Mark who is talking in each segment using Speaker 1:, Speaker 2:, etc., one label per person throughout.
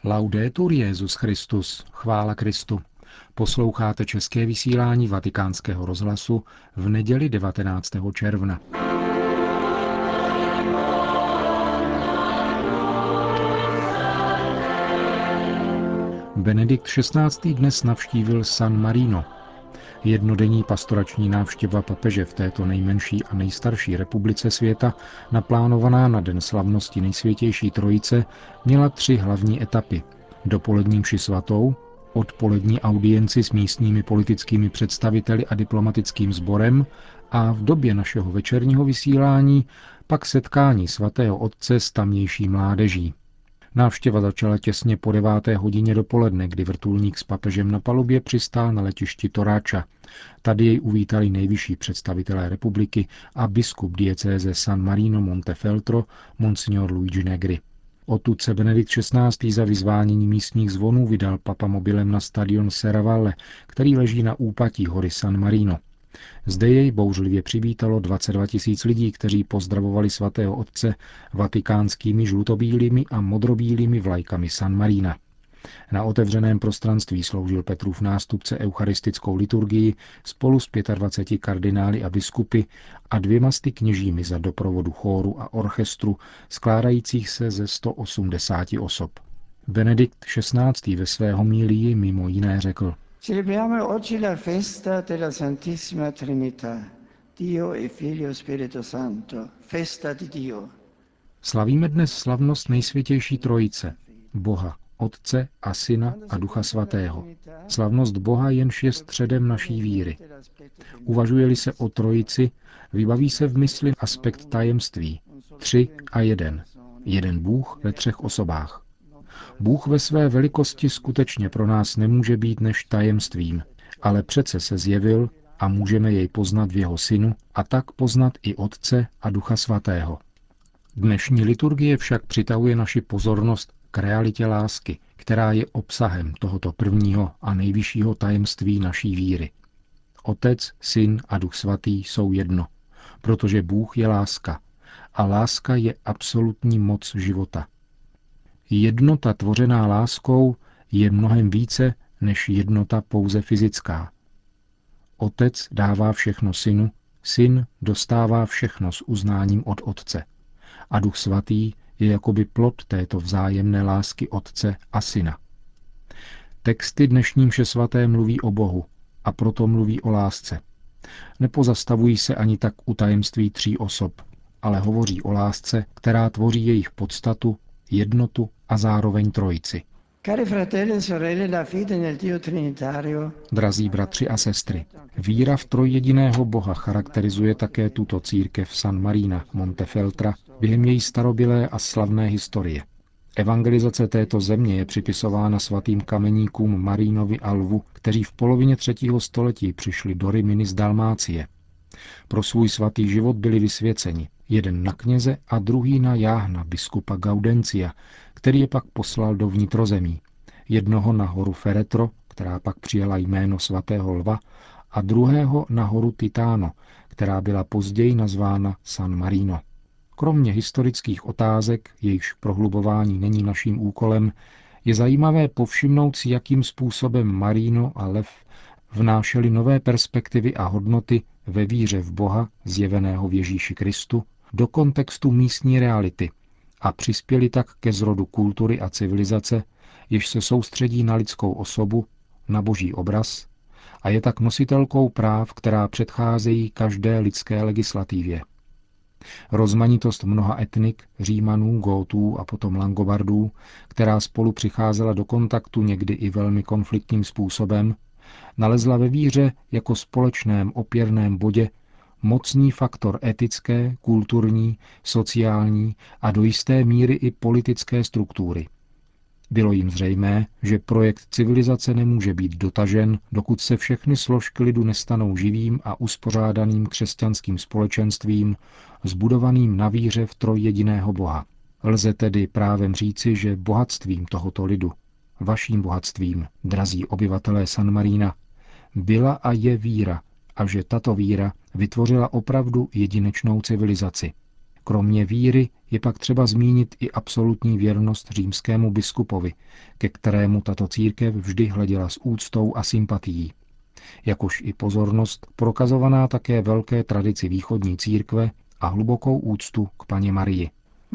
Speaker 1: Laudetur Jesus Christus, chvála Kristu. Posloucháte české vysílání Vatikánského rozhlasu v neděli 19. června. Benedikt XVI. Dnes navštívil San Marino. Jednodenní pastorační návštěva papeže v této nejmenší a nejstarší republice světa, naplánovaná na den slavnosti Nejsvětější Trojice, měla 3 hlavní etapy. Dopolední mši svatou, odpolední audienci s místními politickými představiteli a diplomatickým sborem a v době našeho večerního vysílání pak setkání svatého otce s tamnější mládeží. Návštěva začala těsně po 9. hodině dopoledne, kdy vrtulník s papežem na palubě přistál na letišti Toráča. Tady jej uvítali nejvyšší představitelé republiky a biskup diecéze San Marino Montefeltro, monsignor Luigi Negri. Odtud se Benedikt XVI. Za vyzvánění místních zvonů vydal papamobilem na stadion Serravalle, který leží na úpatí hory San Marino. Zde jej bouřlivě přivítalo 22 000 lidí, kteří pozdravovali svatého otce vatikánskými žlutobílými a modrobílými vlajkami San Marina. Na otevřeném prostranství sloužil Petrův nástupce eucharistickou liturgii spolu s 25 kardinály a biskupy a 200 kněžími za doprovodu chóru a orchestru skládajících se ze 180 osob. Benedikt XVI. Ve své homílii mimo jiné řekl:
Speaker 2: Celebriamo oggi la festa della Santissima Trinità, Dio e Figlio e Spirito Santo, festa di Dio.
Speaker 1: Slavíme dnes slavnost Nejsvětější Trojice, Boha, Otce a Syna a Ducha Svatého. Slavnost Boha jenž je středem naší víry. Uvažuje-li se o Trojici, vybaví se v mysli aspekt tajemství. 3 a 1. Jeden Bůh ve 3 osobách. Bůh ve své velikosti skutečně pro nás nemůže být než tajemstvím, ale přece se zjevil a můžeme jej poznat v jeho Synu a tak poznat i Otce a Ducha Svatého. Dnešní liturgie však přitahuje naši pozornost k realitě lásky, která je obsahem tohoto prvního a nejvyššího tajemství naší víry. Otec, Syn a Duch Svatý jsou jedno, protože Bůh je láska a láska je absolutní moc života. Jednota tvořená láskou je mnohem více než jednota pouze fyzická. Otec dává všechno Synu, Syn dostává všechno s uznáním od Otce. A Duch Svatý je jakoby plod této vzájemné lásky Otce a Syna. Texty dnešní mše svaté mluví o Bohu a proto mluví o lásce. Nepozastavují se ani tak u tajemství 3 osob, ale hovoří o lásce, která tvoří jejich podstatu, jednotu a zároveň trojici. Drazí bratři a sestry, víra v trojjediného Boha charakterizuje také tuto církev San Marina Montefeltra během její starobylé a slavné historie. Evangelizace této země je připisována svatým kameníkům Marínovi a Lvu, kteří v polovině 3. století přišli do Rimini z Dalmácie. Pro svůj svatý život byli vysvěceni, jeden na kněze a druhý na jáhna biskupa Gaudencia, který je pak poslal do vnitrozemí. Jednoho na horu Feretro, která pak přijala jméno svatého Lva, a druhého na horu Titano, která byla později nazvána San Marino. Kromě historických otázek, jejichž prohlubování není naším úkolem, je zajímavé povšimnout si, jakým způsobem Marino a Lev vnášeli nové perspektivy a hodnoty ve víře v Boha, zjeveného v Ježíši Kristu, do kontextu místní reality a přispěli tak ke zrodu kultury a civilizace, jež se soustředí na lidskou osobu, na boží obraz a je tak nositelkou práv, která předcházejí každé lidské legislativě. Rozmanitost mnoha etnik, Římanů, Gótů a potom Langobardů, která spolu přicházela do kontaktu někdy i velmi konfliktním způsobem, nalezla ve víře jako společném opěrném bodě mocný faktor etické, kulturní, sociální a do jisté míry i politické struktury. Bylo jim zřejmé, že projekt civilizace nemůže být dotažen, dokud se všechny složky lidu nestanou živým a uspořádaným křesťanským společenstvím, zbudovaným na víře v trojjediného Boha. Lze tedy právem říci, že bohatstvím tohoto lidu, vaším bohatstvím, drazí obyvatelé San Marina, byla a je víra a že tato víra vytvořila opravdu jedinečnou civilizaci. Kromě víry je pak třeba zmínit i absolutní věrnost římskému biskupovi, ke kterému tato církev vždy hleděla s úctou a sympatií. Jakož i pozornost prokazovaná také velké tradici východní církve a hlubokou úctu k Panně Marii.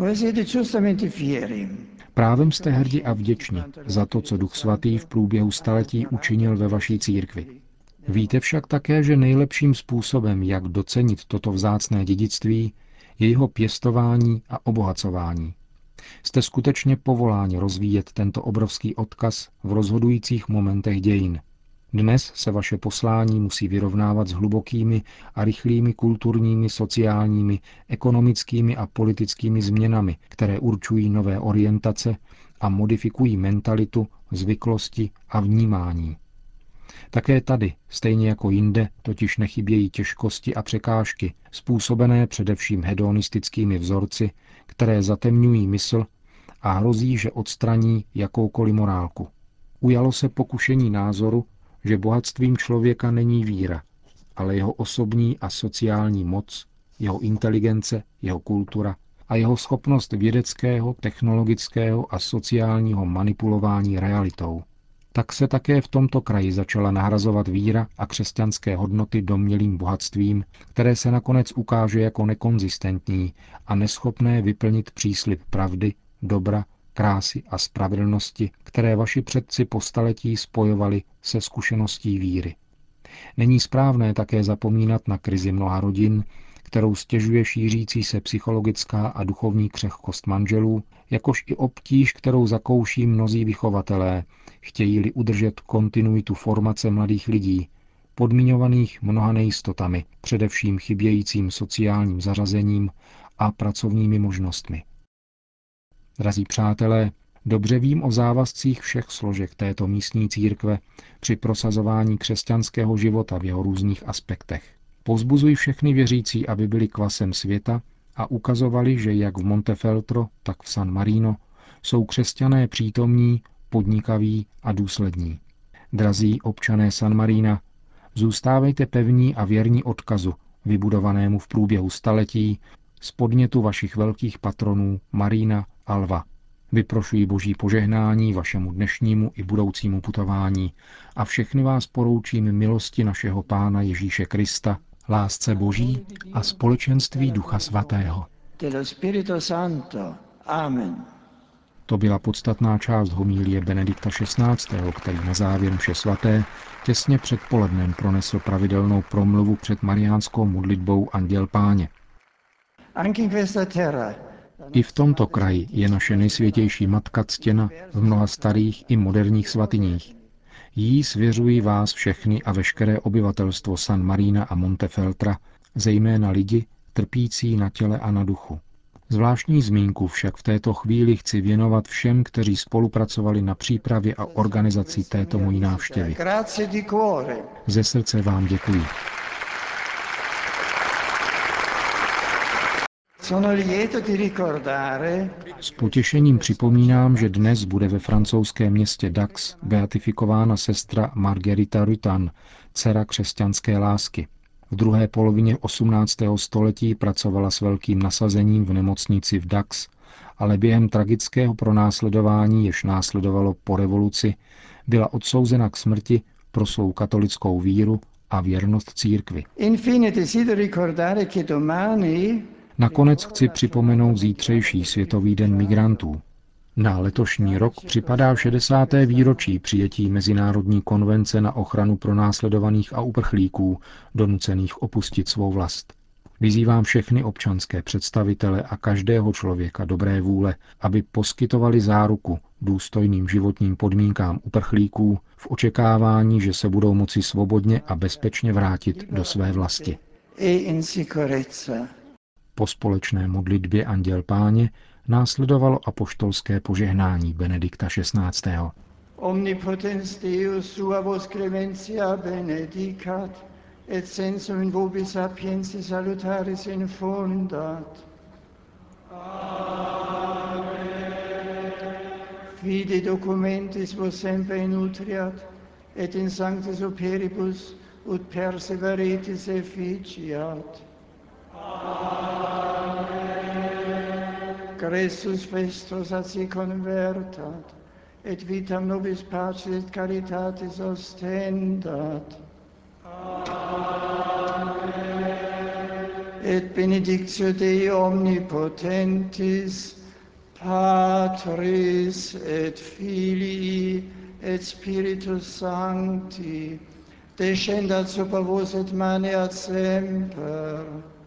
Speaker 1: Právem jste hrdi a vděční za to, co Duch Svatý v průběhu staletí učinil ve vaší církvi. Víte však také, že nejlepším způsobem, jak docenit toto vzácné dědictví, je jeho pěstování a obohacování. Jste skutečně povoláni rozvíjet tento obrovský odkaz v rozhodujících momentech dějin. Dnes se vaše poslání musí vyrovnávat s hlubokými a rychlými kulturními, sociálními, ekonomickými a politickými změnami, které určují nové orientace a modifikují mentalitu, zvyklosti a vnímání. Také tady, stejně jako jinde, totiž nechybějí těžkosti a překážky, způsobené především hedonistickými vzorci, které zatemňují mysl a hrozí, že odstraní jakoukoliv morálku. Ujalo se pokušení názoru, že bohatstvím člověka není víra, ale jeho osobní a sociální moc, jeho inteligence, jeho kultura a jeho schopnost vědeckého, technologického a sociálního manipulování realitou. Tak se také v tomto kraji začala nahrazovat víra a křesťanské hodnoty domnělým bohatstvím, které se nakonec ukáže jako nekonzistentní a neschopné vyplnit příslib pravdy, dobra, krásy a spravedlnosti, které vaši předci po staletí spojovali se zkušeností víry. Není správné také zapomínat na krizi mnoha rodin, kterou stěžuje šířící se psychologická a duchovní křehkost manželů, jakož i obtíž, kterou zakouší mnozí vychovatelé, chtějí-li udržet kontinuitu formace mladých lidí, podmiňovaných mnoha nejistotami, především chybějícím sociálním zařazením a pracovními možnostmi. Drazí přátelé, dobře vím o závazcích všech složek této místní církve při prosazování křesťanského života v jeho různých aspektech. Povzbuzuji všechny věřící, aby byli kvasem světa a ukazovali, že jak v Montefeltro, tak v San Marino jsou křesťané přítomní, podnikaví a důslední. Drazí občané San Marina, zůstávejte pevní a věrní odkazu, vybudovanému v průběhu staletí z podnětu vašich velkých patronů Marina a Lva. Vyprošuji Boží požehnání vašemu dnešnímu i budoucímu putování a všechny vás poroučím milosti našeho Pána Ježíše Krista, lásce Boží a společenství Ducha Svatého.
Speaker 2: Amen.
Speaker 1: To byla podstatná část homilie Benedikta XVI., který na závěr mše svaté těsně před polednem pronesl pravidelnou promluvu před mariánskou modlitbou Anděl Páně. I v tomto kraji je naše nejsvětější matka ctěna v mnoha starých i moderních svatyních. Jí svěřují vás všechny a veškeré obyvatelstvo San Marina a Montefeltra, zejména lidi trpící na těle a na duchu. Zvláštní zmínku však v této chvíli chci věnovat všem, kteří spolupracovali na přípravě a organizaci této mojí návštěvy. Ze srdce vám děkuji. S potěšením připomínám, že dnes bude ve francouzském městě Dax beatifikována sestra Marguerita Rutan, dcera křesťanské lásky. V druhé polovině 18. století pracovala s velkým nasazením v nemocnici v Dax, ale během tragického pronásledování, jež následovalo po revoluci, byla odsouzena k smrti pro svou katolickou víru a věrnost církvi. Nakonec chci připomenout zítřejší Světový den migrantů. Na letošní rok připadá 60. výročí přijetí Mezinárodní konvence na ochranu pronásledovaných a uprchlíků, donucených opustit svou vlast. Vyzývám všechny občanské představitele a každého člověka dobré vůle, aby poskytovali záruku důstojným životním podmínkám uprchlíků v očekávání, že se budou moci svobodně a bezpečně vrátit do své vlasti. Po společné modlitbě Anděl Páně následovalo apoštolské požehnání Benedikta XVI.
Speaker 2: Omnipotens Deus suavos clementia benedicat, et sensum in vobis sapientia salutaris infundat. Amen. Fide documentis vos semper nutriat, et in sanctis operibus ut perseveretis efficiat. Amen. Christus Festus at si convertat, et vitam nobis pacis et caritatis ostendat. Et benedictio Dei omnipotentis, Patris et Filii et Spiritus Sancti, descendat super vos et maneat semper.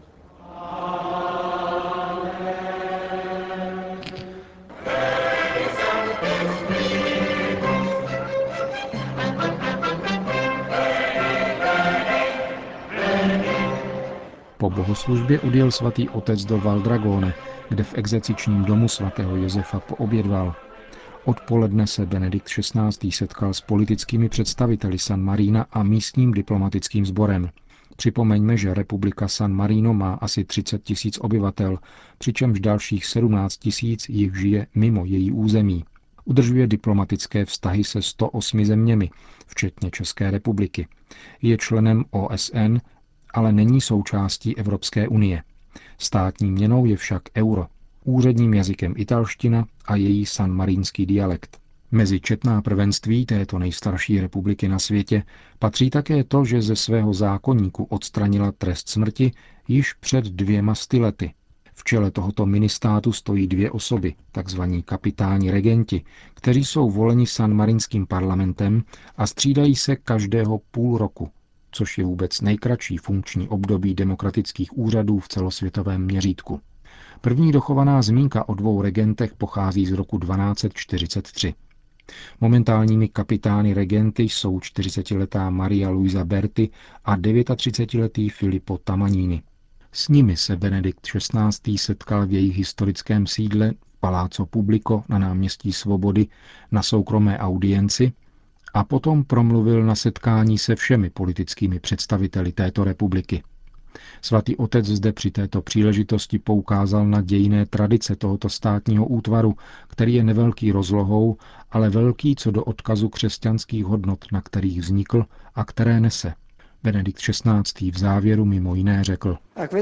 Speaker 1: Po bohoslužbě odjel svatý otec do Valdragone, kde v exercičním domu svatého Josefa poobědval. Odpoledne se Benedikt XVI. Setkal s politickými představiteli San Marina a místním diplomatickým sborem. Připomeňme, že republika San Marino má asi 30 000 obyvatel, přičemž dalších 17 000 jich žije mimo její území. Udržuje diplomatické vztahy se 108 zeměmi, včetně České republiky. Je členem OSN, ale není součástí Evropské unie. Státní měnou je však euro, úředním jazykem italština a její sanmarínský dialekt. Mezi četná prvenství této nejstarší republiky na světě patří také to, že ze svého zákoníku odstranila trest smrti již před 200 lety. V čele tohoto ministátu stojí 2 osoby, takzvaní kapitáni regenti, kteří jsou voleni sanmarínským parlamentem a střídají se každého půl roku, což je vůbec nejkratší funkční období demokratických úřadů v celosvětovém měřítku. První dochovaná zmínka o 2 regentech pochází z roku 1243. Momentálními kapitány regenty jsou 40letá Maria Luisa Berti a 39letý Filippo Tamanini. S nimi se Benedikt XVI. Setkal v jejich historickém sídle v Palazzo Pubblico na náměstí Svobody na soukromé audienci a potom promluvil na setkání se všemi politickými představiteli této republiky. Svatý otec zde při této příležitosti poukázal na dějinné tradice tohoto státního útvaru, který je nevelký rozlohou, ale velký co do odkazu křesťanských hodnot, na kterých vznikl a které nese. Benedikt XVI. V závěru mimo jiné řekl: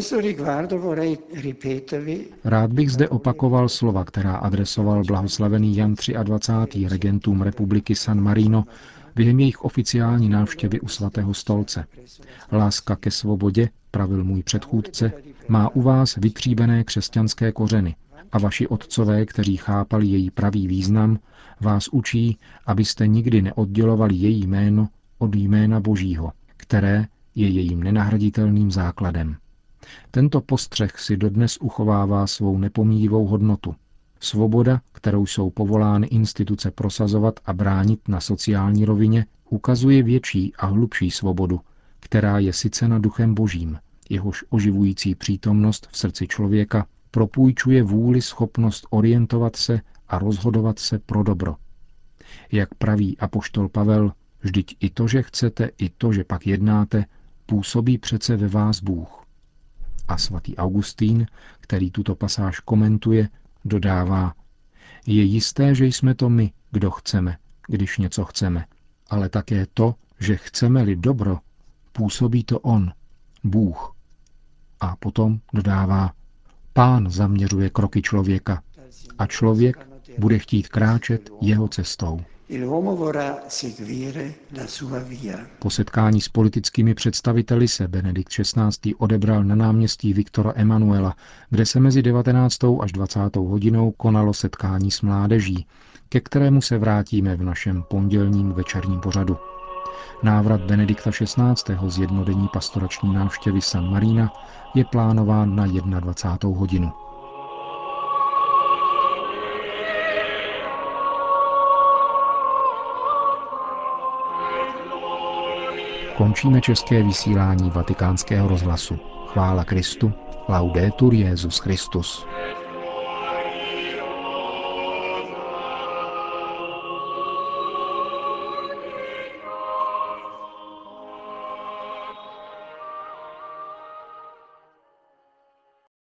Speaker 1: Rád bych zde opakoval slova, která adresoval blahoslavený Jan 23. regentům republiky San Marino během jejich oficiální návštěvy u svatého stolce. Láska ke svobodě, pravil můj předchůdce, má u vás vytříbené křesťanské kořeny a vaši otcové, kteří chápali její pravý význam, vás učí, abyste nikdy neoddělovali její jméno od jména Božího, které je jejím nenahraditelným základem. Tento postřeh si dodnes uchovává svou nepomíjivou hodnotu. Svoboda, kterou jsou povolány instituce prosazovat a bránit na sociální rovině, ukazuje větší a hlubší svobodu, která je sycena duchem Božím, jehož oživující přítomnost v srdci člověka propůjčuje vůli schopnost orientovat se a rozhodovat se pro dobro. Jak praví apoštol Pavel, vždyť i to, že chcete, i to, že pak jednáte, působí přece ve vás Bůh. A svatý Augustín, který tuto pasáž komentuje, dodává: Je jisté, že jsme to my, kdo chceme, když něco chceme, ale také to, že chceme-li dobro, působí to on, Bůh. A potom dodává: Pán zaměřuje kroky člověka a člověk bude chtít kráčet jeho cestou. Po setkání s politickými představiteli se Benedikt XVI. Odebral na náměstí Viktora Emanuela, kde se mezi 19. až 20. hodinou konalo setkání s mládeží, ke kterému se vrátíme v našem pondělním večerním pořadu. Návrat Benedikta XVI. Z jednodenní pastorační návštěvy San Marina je plánován na 21. hodinu. Končíme české vysílání Vatikánského rozhlasu. Chvála Kristu, laudetur Jesus Christus.